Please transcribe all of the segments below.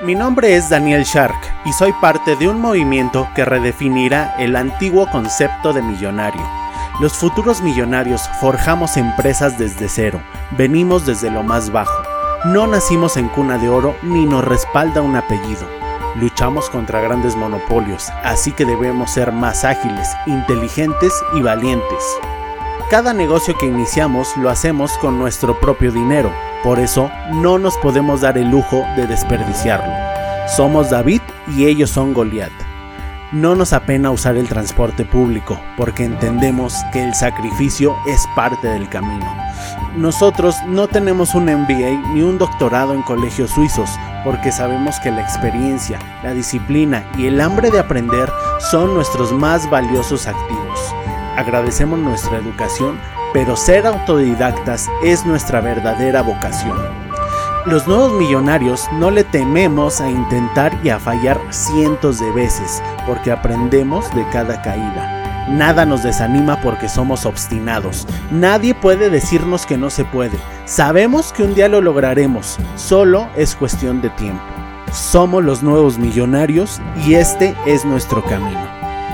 Mi nombre es Daniel Shark y soy parte de un movimiento que redefinirá el antiguo concepto de millonario. Los futuros millonarios forjamos empresas desde cero, venimos desde lo más bajo. No nacimos en cuna de oro ni nos respalda un apellido. Luchamos contra grandes monopolios, así que debemos ser más ágiles, inteligentes y valientes. Cada negocio que iniciamos lo hacemos con nuestro propio dinero, por eso no nos podemos dar el lujo de desperdiciarlo. Somos David y ellos son Goliat. No nos apena usar el transporte público, porque entendemos que el sacrificio es parte del camino. Nosotros no tenemos un MBA ni un doctorado en colegios suizos, porque sabemos que la experiencia, la disciplina y el hambre de aprender son nuestros más valiosos activos. Agradecemos nuestra educación, pero ser autodidactas es nuestra verdadera vocación. Los nuevos millonarios no le tememos a intentar y a fallar cientos de veces, porque aprendemos de cada caída. Nada nos desanima porque somos obstinados. Nadie puede decirnos que no se puede. Sabemos que un día lo lograremos, solo es cuestión de tiempo. Somos los nuevos millonarios y este es nuestro camino.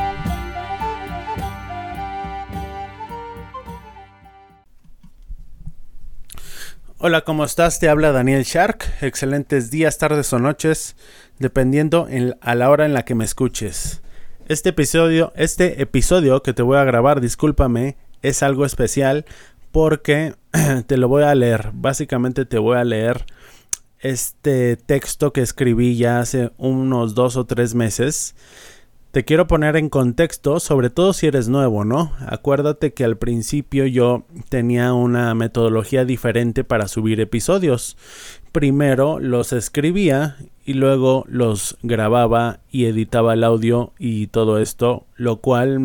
Hola, ¿cómo estás? Te habla Daniel Shark. Excelentes días, tardes o noches, dependiendo a la hora en la que me escuches. Este episodio que te voy a grabar, discúlpame, es algo especial porque te lo voy a leer. Básicamente te voy a leer este texto que escribí ya hace unos 2 o 3 meses. Te quiero poner en contexto, sobre todo si eres nuevo, ¿no? Acuérdate que al principio yo tenía una metodología diferente para subir episodios. Primero los escribía y luego los grababa y editaba el audio y todo esto, lo cual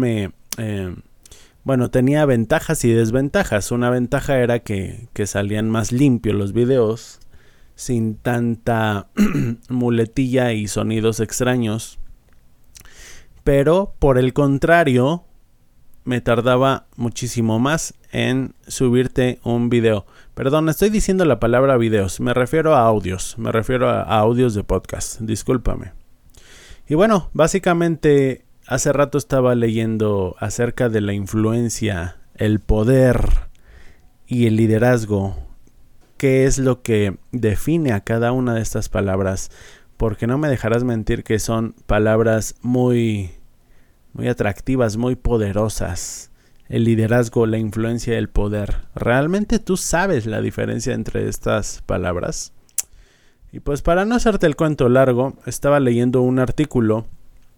tenía ventajas y desventajas. Una ventaja era que salían más limpios los videos, sin tanta muletilla y sonidos extraños. Pero por el contrario, me tardaba muchísimo más en subirte un video. Perdón, estoy diciendo la palabra videos, me refiero a audios, de podcast, discúlpame. Y bueno, básicamente hace rato estaba leyendo acerca de la influencia, el poder y el liderazgo. ¿Qué es lo que define a cada una de estas palabras? Porque no me dejarás mentir que son palabras muy atractivas, muy poderosas. El liderazgo, la influencia y el poder. ¿Realmente tú sabes la diferencia entre estas palabras? Y pues para no hacerte el cuento largo, estaba leyendo un artículo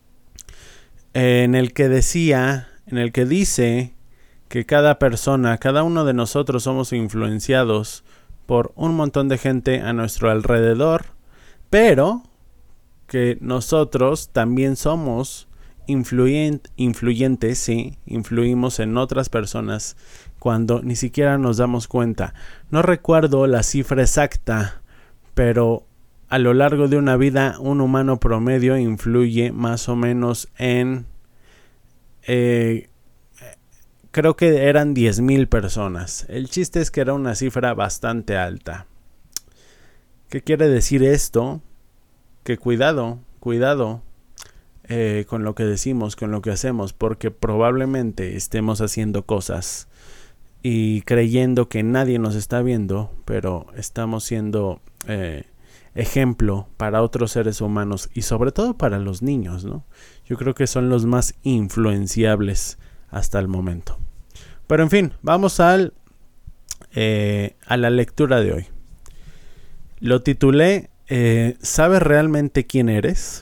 en el que dice que cada persona, cada uno de nosotros somos influenciados por un montón de gente a nuestro alrededor, pero que nosotros también somos influyentes, sí, influimos en otras personas cuando ni siquiera nos damos cuenta. No recuerdo la cifra exacta, pero a lo largo de una vida un humano promedio influye más o menos en creo que eran 10,000 personas. El chiste es que era una cifra bastante alta. ¿Qué quiere decir esto? Que cuidado con lo que decimos, con lo que hacemos, porque probablemente estemos haciendo cosas y creyendo que nadie nos está viendo, pero estamos siendo ejemplo para otros seres humanos y sobre todo para los niños, ¿no? Yo creo que son los más influenciables hasta el momento. Pero en fin, vamos a la lectura de hoy. Lo titulé ¿sabes realmente quién eres?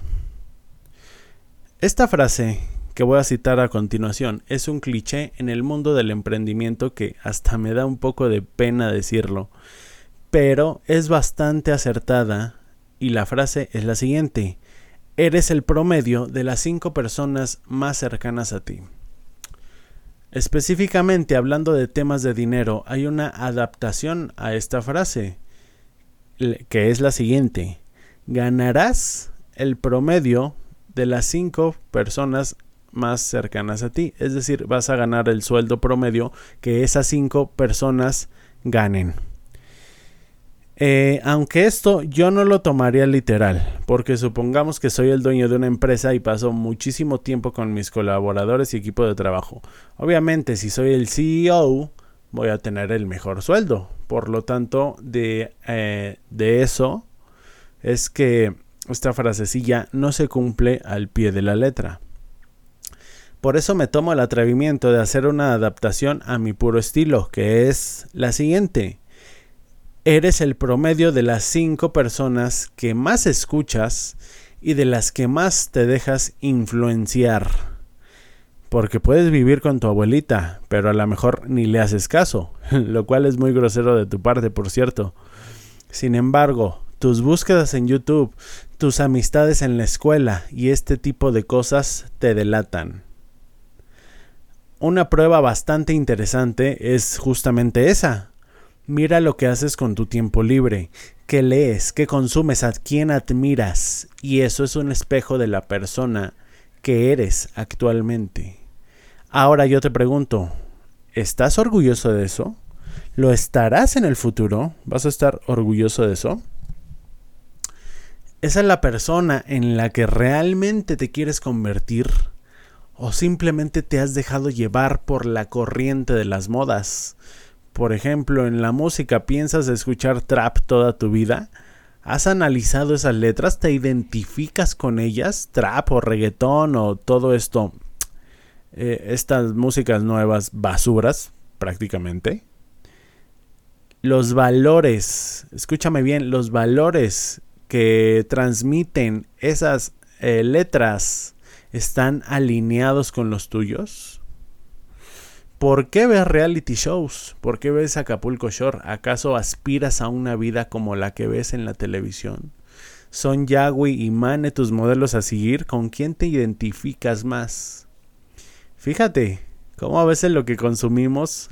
Esta frase que voy a citar a continuación es un cliché en el mundo del emprendimiento que hasta me da un poco de pena decirlo, pero es bastante acertada y la frase es la siguiente: eres el promedio de las 5 personas más cercanas a ti. Específicamente hablando de temas de dinero, hay una adaptación a esta frase, que es la siguiente: ganarás el promedio de las 5 personas más cercanas a ti. Es decir, vas a ganar el sueldo promedio que esas 5 personas ganen. Aunque esto yo no lo tomaría literal, porque supongamos que soy el dueño de una empresa y paso muchísimo tiempo con mis colaboradores y equipo de trabajo. Obviamente, si soy el CEO, voy a tener el mejor sueldo. Por lo tanto, de eso es que esta frasecilla no se cumple al pie de la letra. Por eso me tomo el atrevimiento de hacer una adaptación a mi puro estilo, que es la siguiente. Eres el promedio de las 5 personas que más escuchas y de las que más te dejas influenciar. Porque puedes vivir con tu abuelita, pero a lo mejor ni le haces caso, lo cual es muy grosero de tu parte, por cierto. Sin embargo, tus búsquedas en YouTube, tus amistades en la escuela y este tipo de cosas te delatan. Una prueba bastante interesante es justamente esa. Mira lo que haces con tu tiempo libre, qué lees, qué consumes, a quién admiras, y eso es un espejo de la persona que eres actualmente. Ahora yo te pregunto, ¿estás orgulloso de eso? ¿Lo estarás en el futuro? ¿Vas a estar orgulloso de eso? ¿Esa es la persona en la que realmente te quieres convertir? ¿O simplemente te has dejado llevar por la corriente de las modas? Por ejemplo, en la música, ¿piensas escuchar trap toda tu vida? ¿Has analizado esas letras? ¿Te identificas con ellas? ¿Trap o reggaetón o todo esto? Estas músicas nuevas basuras, prácticamente. Los valores, escúchame bien, los valores que transmiten esas letras están alineados con los tuyos. ¿Por qué ves reality shows? ¿Por qué ves Acapulco Shore? ¿Acaso aspiras a una vida como la que ves en la televisión? ¿Son Yahweh y Mane tus modelos a seguir? ¿Con quién te identificas más? Fíjate cómo a veces lo que consumimos,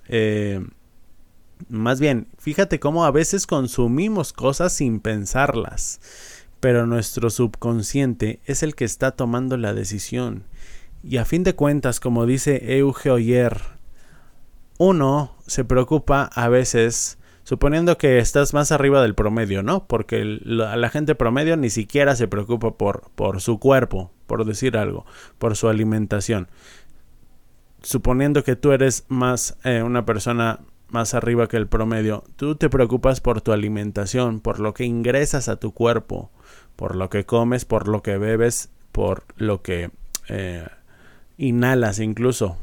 fíjate cómo a veces consumimos cosas sin pensarlas, pero nuestro subconsciente es el que está tomando la decisión. Y a fin de cuentas, como dice Euge Oyer, uno se preocupa a veces, suponiendo que estás más arriba del promedio, ¿no? Porque la gente promedio ni siquiera se preocupa por su cuerpo, por decir algo, por su alimentación. Suponiendo que tú eres más una persona más arriba que el promedio, tú te preocupas por tu alimentación, por lo que ingresas a tu cuerpo, por lo que comes, por lo que bebes, por lo que inhalas incluso.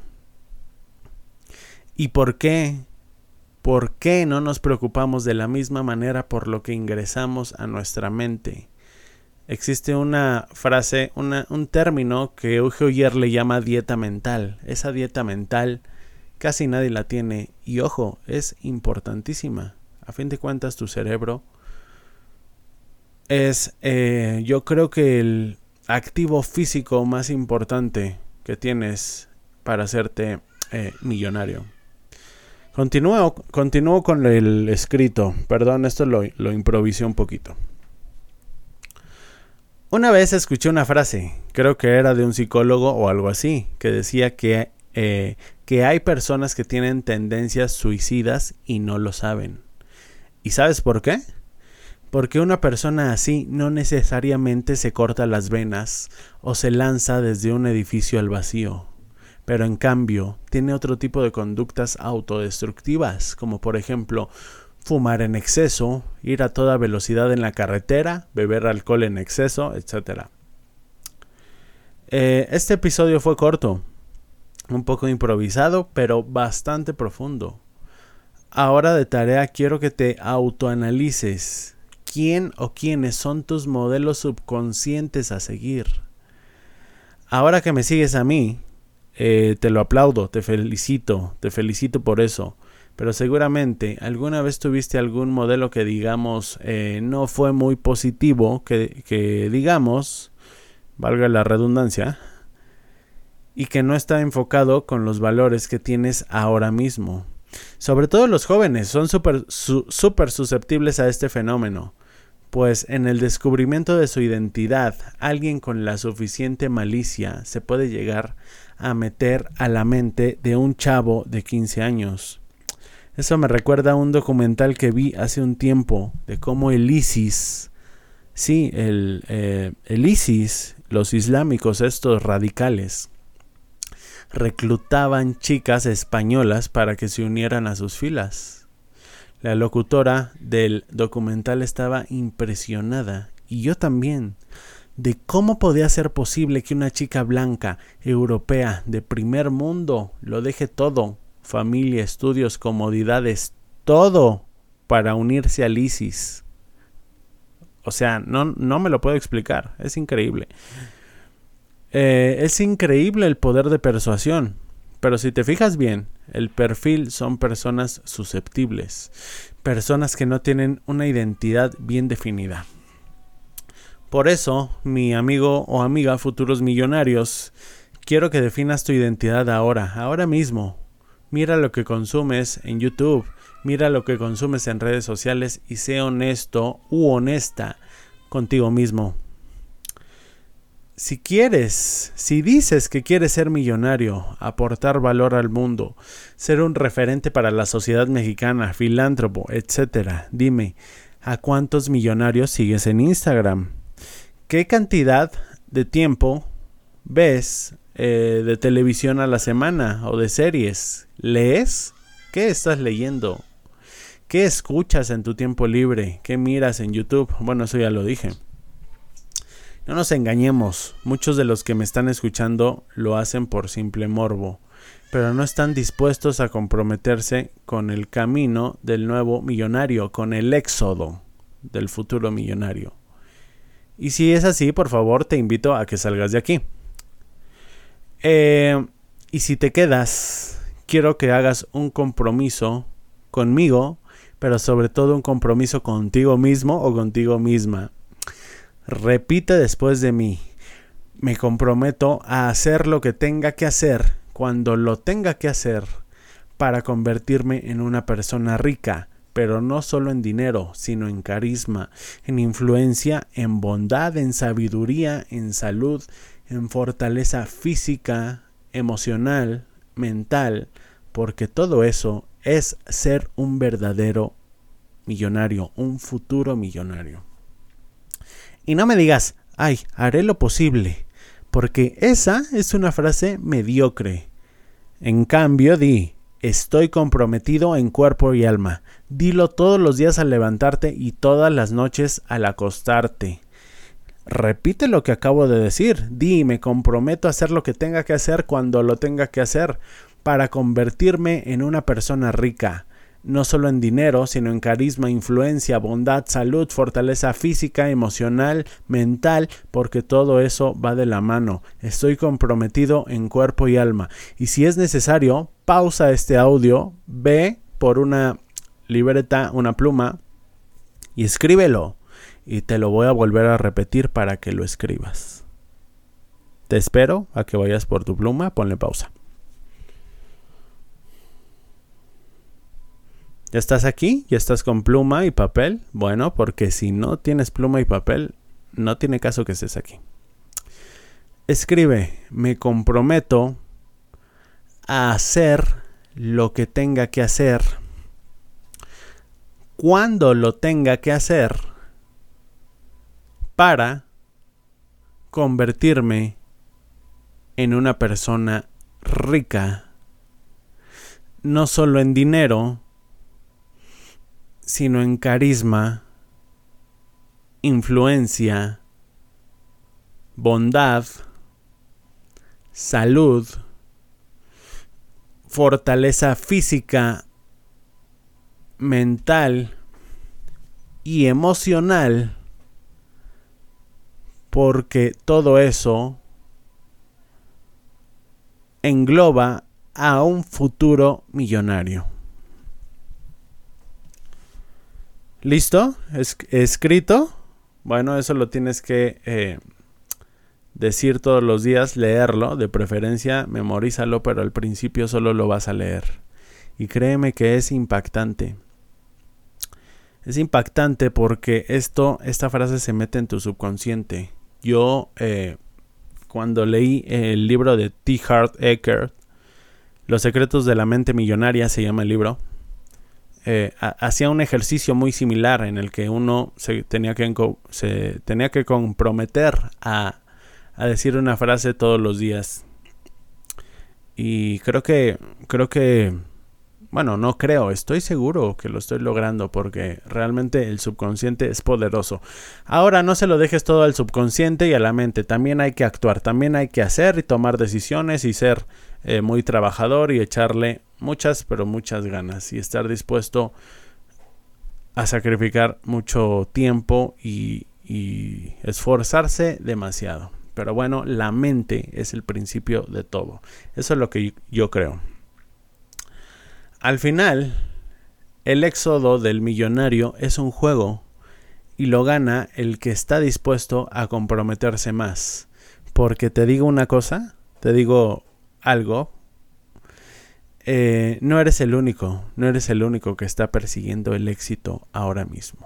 ¿Y por qué? ¿Por qué no nos preocupamos de la misma manera por lo que ingresamos a nuestra mente? Existe una frase, un término que Euge Oyer le llama dieta mental. Esa dieta mental casi nadie la tiene y ojo, es importantísima. A fin de cuentas tu cerebro es yo creo que el activo físico más importante que tienes para hacerte millonario. Continúo con el escrito. Perdón, esto lo improvisé un poquito. Una vez escuché una frase, creo que era de un psicólogo o algo así, que decía que hay personas que tienen tendencias suicidas y no lo saben. ¿Y sabes por qué? Porque una persona así no necesariamente se corta las venas o se lanza desde un edificio al vacío. Pero en cambio, tiene otro tipo de conductas autodestructivas, como por ejemplo, fumar en exceso, ir a toda velocidad en la carretera, beber alcohol en exceso, etc. Este episodio fue corto, un poco improvisado, pero bastante profundo. Ahora de tarea quiero que te autoanalices. ¿Quién o quiénes son tus modelos subconscientes a seguir? Ahora que me sigues a mí, te lo aplaudo, te felicito por eso. Pero seguramente alguna vez tuviste algún modelo que digamos no fue muy positivo, que digamos, valga la redundancia, y que no está enfocado con los valores que tienes ahora mismo. Sobre todo los jóvenes son súper susceptibles a este fenómeno, pues en el descubrimiento de su identidad, alguien con la suficiente malicia se puede llegar a meter a la mente de un chavo de 15 años. Eso me recuerda a un documental que vi hace un tiempo de cómo el ISIS, sí, el ISIS, los islámicos, estos radicales, reclutaban chicas españolas para que se unieran a sus filas. La locutora del documental estaba impresionada, y yo también, de cómo podía ser posible que una chica blanca, europea, de primer mundo, lo deje todo, familia, estudios, comodidades, todo, para unirse al ISIS. O sea, no me lo puedo explicar, es increíble. Es increíble el poder de persuasión, pero si te fijas bien, el perfil son personas susceptibles, personas que no tienen una identidad bien definida. Por eso, mi amigo o amiga futuros millonarios, quiero que definas tu identidad ahora mismo. Mira lo que consumes en YouTube, mira lo que consumes en redes sociales y sé honesto u honesta contigo mismo. Si dices que quieres ser millonario, aportar valor al mundo, ser un referente para la sociedad mexicana, filántropo, etc., dime, ¿a cuántos millonarios sigues en Instagram? ¿Qué cantidad de tiempo ves de televisión a la semana o de series? ¿Lees? ¿Qué estás leyendo? ¿Qué escuchas en tu tiempo libre? ¿Qué miras en YouTube? Bueno, eso ya lo dije. No nos engañemos, muchos de los que me están escuchando lo hacen por simple morbo, pero no están dispuestos a comprometerse con el camino del nuevo millonario, con el éxodo del futuro millonario. Y si es así, por favor, te invito a que salgas de aquí. Y si te quedas, quiero que hagas un compromiso conmigo, pero sobre todo un compromiso contigo mismo o contigo misma. Repite después de mí. Me comprometo a hacer lo que tenga que hacer cuando lo tenga que hacer para convertirme en una persona rica, pero no solo en dinero, sino en carisma, en influencia, en bondad, en sabiduría, en salud, en fortaleza física, emocional, mental, porque todo eso es ser un verdadero millonario, un futuro millonario. Y no me digas, ay, haré lo posible, porque esa es una frase mediocre. En cambio, di, estoy comprometido en cuerpo y alma. Dilo todos los días al levantarte y todas las noches al acostarte. Repite lo que acabo de decir. Di, me comprometo a hacer lo que tenga que hacer cuando lo tenga que hacer para convertirme en una persona rica. No solo en dinero, sino en carisma, influencia, bondad, salud, fortaleza física, emocional, mental, porque todo eso va de la mano. Estoy comprometido en cuerpo y alma. Y si es necesario, pausa este audio, ve por una libreta, una pluma y escríbelo. Y te lo voy a volver a repetir para que lo escribas. Te espero a que vayas por tu pluma, ponle pausa. ¿Ya estás aquí? ¿Ya estás con pluma y papel? Bueno, porque si no tienes pluma y papel, no tiene caso que estés aquí. Escribe, me comprometo a hacer lo que tenga que hacer, cuando lo tenga que hacer, para convertirme en una persona rica, no solo en dinero, sino en carisma, influencia, bondad, salud, fortaleza física, mental y emocional, porque todo eso engloba a un futuro millonario. ¿Listo? ¿Escrito? Bueno, eso lo tienes que decir todos los días, leerlo, de preferencia memorízalo, pero al principio solo lo vas a leer. Y créeme que es impactante. Es impactante porque esta frase se mete en tu subconsciente. Yo, cuando leí el libro de T. Harv Eker, Los secretos de la mente millonaria se llama el libro, hacía un ejercicio muy similar en el que uno se tenía que comprometer a decir una frase todos los días. Y creo que, bueno, no creo, estoy seguro que lo estoy logrando porque realmente el subconsciente es poderoso. Ahora no se lo dejes todo al subconsciente y a la mente, también hay que actuar, también hay que hacer y tomar decisiones y ser muy trabajador y echarle muchas, pero muchas ganas y estar dispuesto a sacrificar mucho tiempo y esforzarse demasiado. Pero bueno, la mente es el principio de todo. Eso es lo que yo creo. Al final, el éxodo del millonario es un juego y lo gana el que está dispuesto a comprometerse más. Porque te digo una cosa, te digo algo, no eres el único que está persiguiendo el éxito ahora mismo.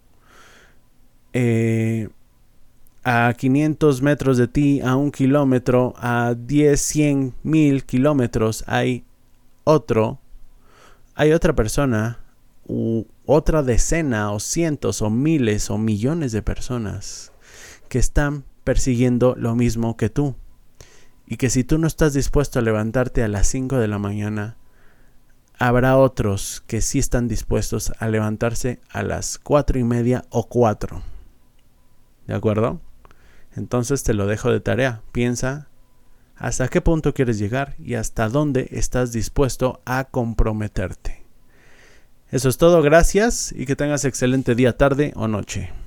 A 500 metros de ti, a 1 kilómetro, a 10, 100, 1000 kilómetros hay otra persona, u otra decena, o cientos, o miles, o millones de personas que están persiguiendo lo mismo que tú. Y que si tú no estás dispuesto a levantarte a las 5 de la mañana, habrá otros que sí están dispuestos a levantarse a las 4:30 o 4. ¿De acuerdo? Entonces te lo dejo de tarea. Piensa hasta qué punto quieres llegar y hasta dónde estás dispuesto a comprometerte. Eso es todo, gracias y que tengas excelente día, tarde o noche.